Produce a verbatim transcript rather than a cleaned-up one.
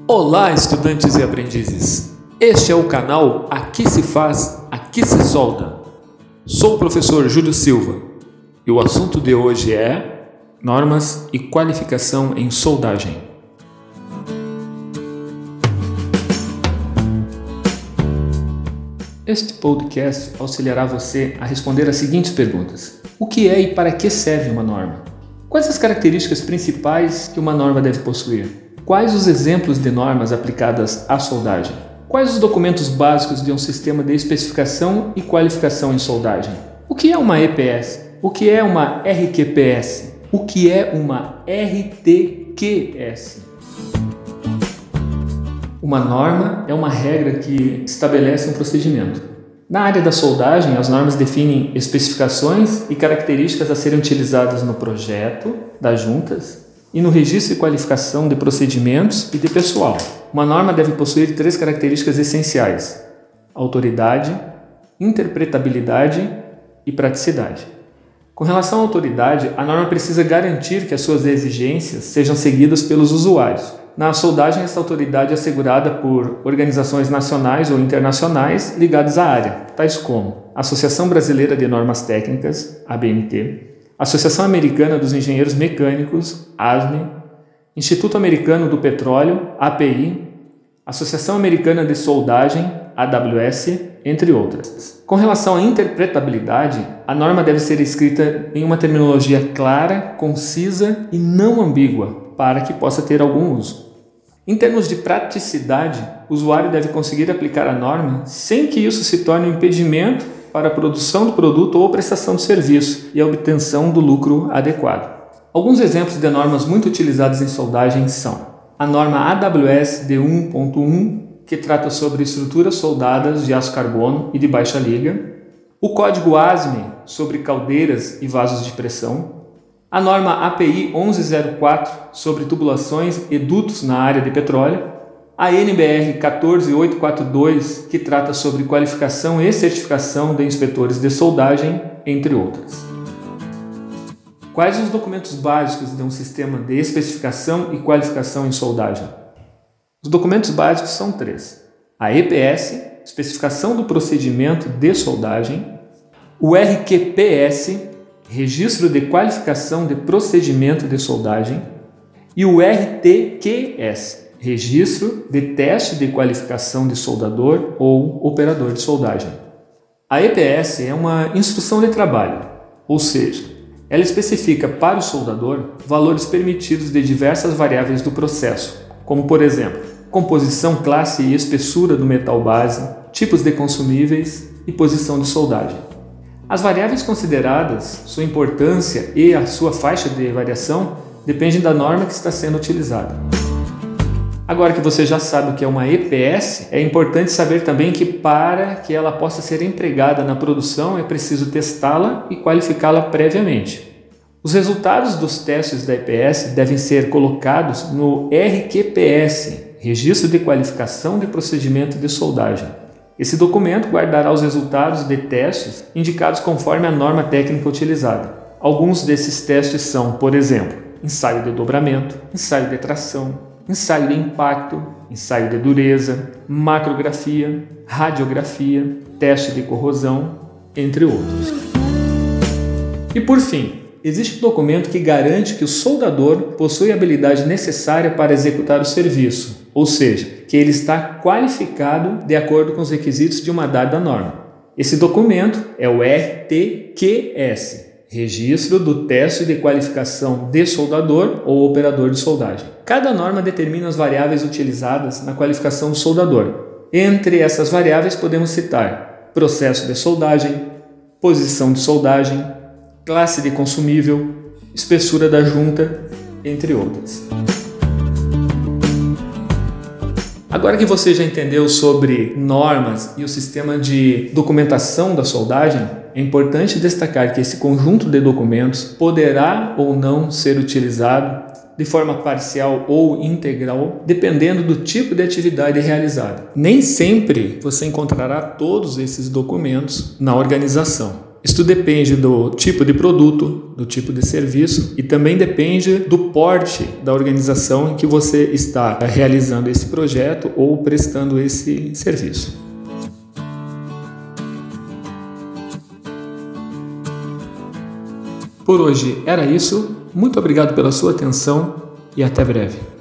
Olá, estudantes e aprendizes! Este é o canal Aqui se faz, aqui se solda. Sou o professor Júlio Silva e o assunto de hoje é normas e qualificação em soldagem. Este podcast auxiliará você a responder as seguintes perguntas: o que é e para que serve uma norma? Quais as características principais que uma norma deve possuir? Quais os exemplos de normas aplicadas à soldagem? Quais os documentos básicos de um sistema de especificação e qualificação em soldagem? O que é uma E P S? O que é uma R Q P S? O que é uma R T Q S? Uma norma é uma regra que estabelece um procedimento. Na área da soldagem, as normas definem especificações e características a serem utilizadas no projeto das juntas e no registro e qualificação de procedimentos e de pessoal. Uma norma deve possuir três características essenciais: autoridade, interpretabilidade e praticidade. Com relação à autoridade, a norma precisa garantir que as suas exigências sejam seguidas pelos usuários. Na soldagem, essa autoridade é assegurada por organizações nacionais ou internacionais ligadas à área, tais como a Associação Brasileira de Normas Técnicas, A B N T, Associação Americana dos Engenheiros Mecânicos, A S M E, Instituto Americano do Petróleo, A P I, Associação Americana de Soldagem, A W S, entre outras. Com relação à interpretabilidade, a norma deve ser escrita em uma terminologia clara, concisa e não ambígua, para que possa ter algum uso. Em termos de praticidade, o usuário deve conseguir aplicar a norma sem que isso se torne um impedimento para a produção do produto ou prestação de serviço e a obtenção do lucro adequado. Alguns exemplos de normas muito utilizadas em soldagem são a norma A W S D um ponto um, que trata sobre estruturas soldadas de aço carbono e de baixa liga, o código A S M E sobre caldeiras e vasos de pressão, a norma A P I onze zero quatro sobre tubulações e dutos na área de petróleo, a N B R um quatro oito quatro dois, que trata sobre qualificação e certificação de inspetores de soldagem, entre outras. Quais os documentos básicos de um sistema de especificação e qualificação em soldagem? Os documentos básicos são três: a E P S, especificação do procedimento de soldagem, o R Q P S, registro de qualificação de procedimento de soldagem, e o R T Q S, registro de teste de qualificação de soldador ou operador de soldagem. A E P S é uma instrução de trabalho, ou seja, ela especifica para o soldador valores permitidos de diversas variáveis do processo, como por exemplo, composição, classe e espessura do metal base, tipos de consumíveis e posição de soldagem. As variáveis consideradas, sua importância e a sua faixa de variação dependem da norma que está sendo utilizada. Agora que você já sabe o que é uma E P S, é importante saber também que para que ela possa ser empregada na produção é preciso testá-la e qualificá-la previamente. Os resultados dos testes da E P S devem ser colocados no R Q P S, Registro de Qualificação de Procedimento de Soldagem. Esse documento guardará os resultados de testes indicados conforme a norma técnica utilizada. Alguns desses testes são, por exemplo, ensaio de dobramento, ensaio de tração, ensaio de impacto, ensaio de dureza, macrografia, radiografia, teste de corrosão, entre outros. E por fim, existe um documento que garante que o soldador possui a habilidade necessária para executar o serviço, ou seja, que ele está qualificado de acordo com os requisitos de uma dada norma. Esse documento é o R T Q S, Registro do Teste de Qualificação de Soldador ou Operador de Soldagem. Cada norma determina as variáveis utilizadas na qualificação do soldador. Entre essas variáveis podemos citar processo de soldagem, posição de soldagem, classe de consumível, espessura da junta, entre outras. Agora que você já entendeu sobre normas e o sistema de documentação da soldagem, é importante destacar que esse conjunto de documentos poderá ou não ser utilizado de forma parcial ou integral, dependendo do tipo de atividade realizada. Nem sempre você encontrará todos esses documentos na organização. Isso depende do tipo de produto, do tipo de serviço e também depende do porte da organização em que você está realizando esse projeto ou prestando esse serviço. Por hoje era isso. Muito obrigado pela sua atenção e até breve.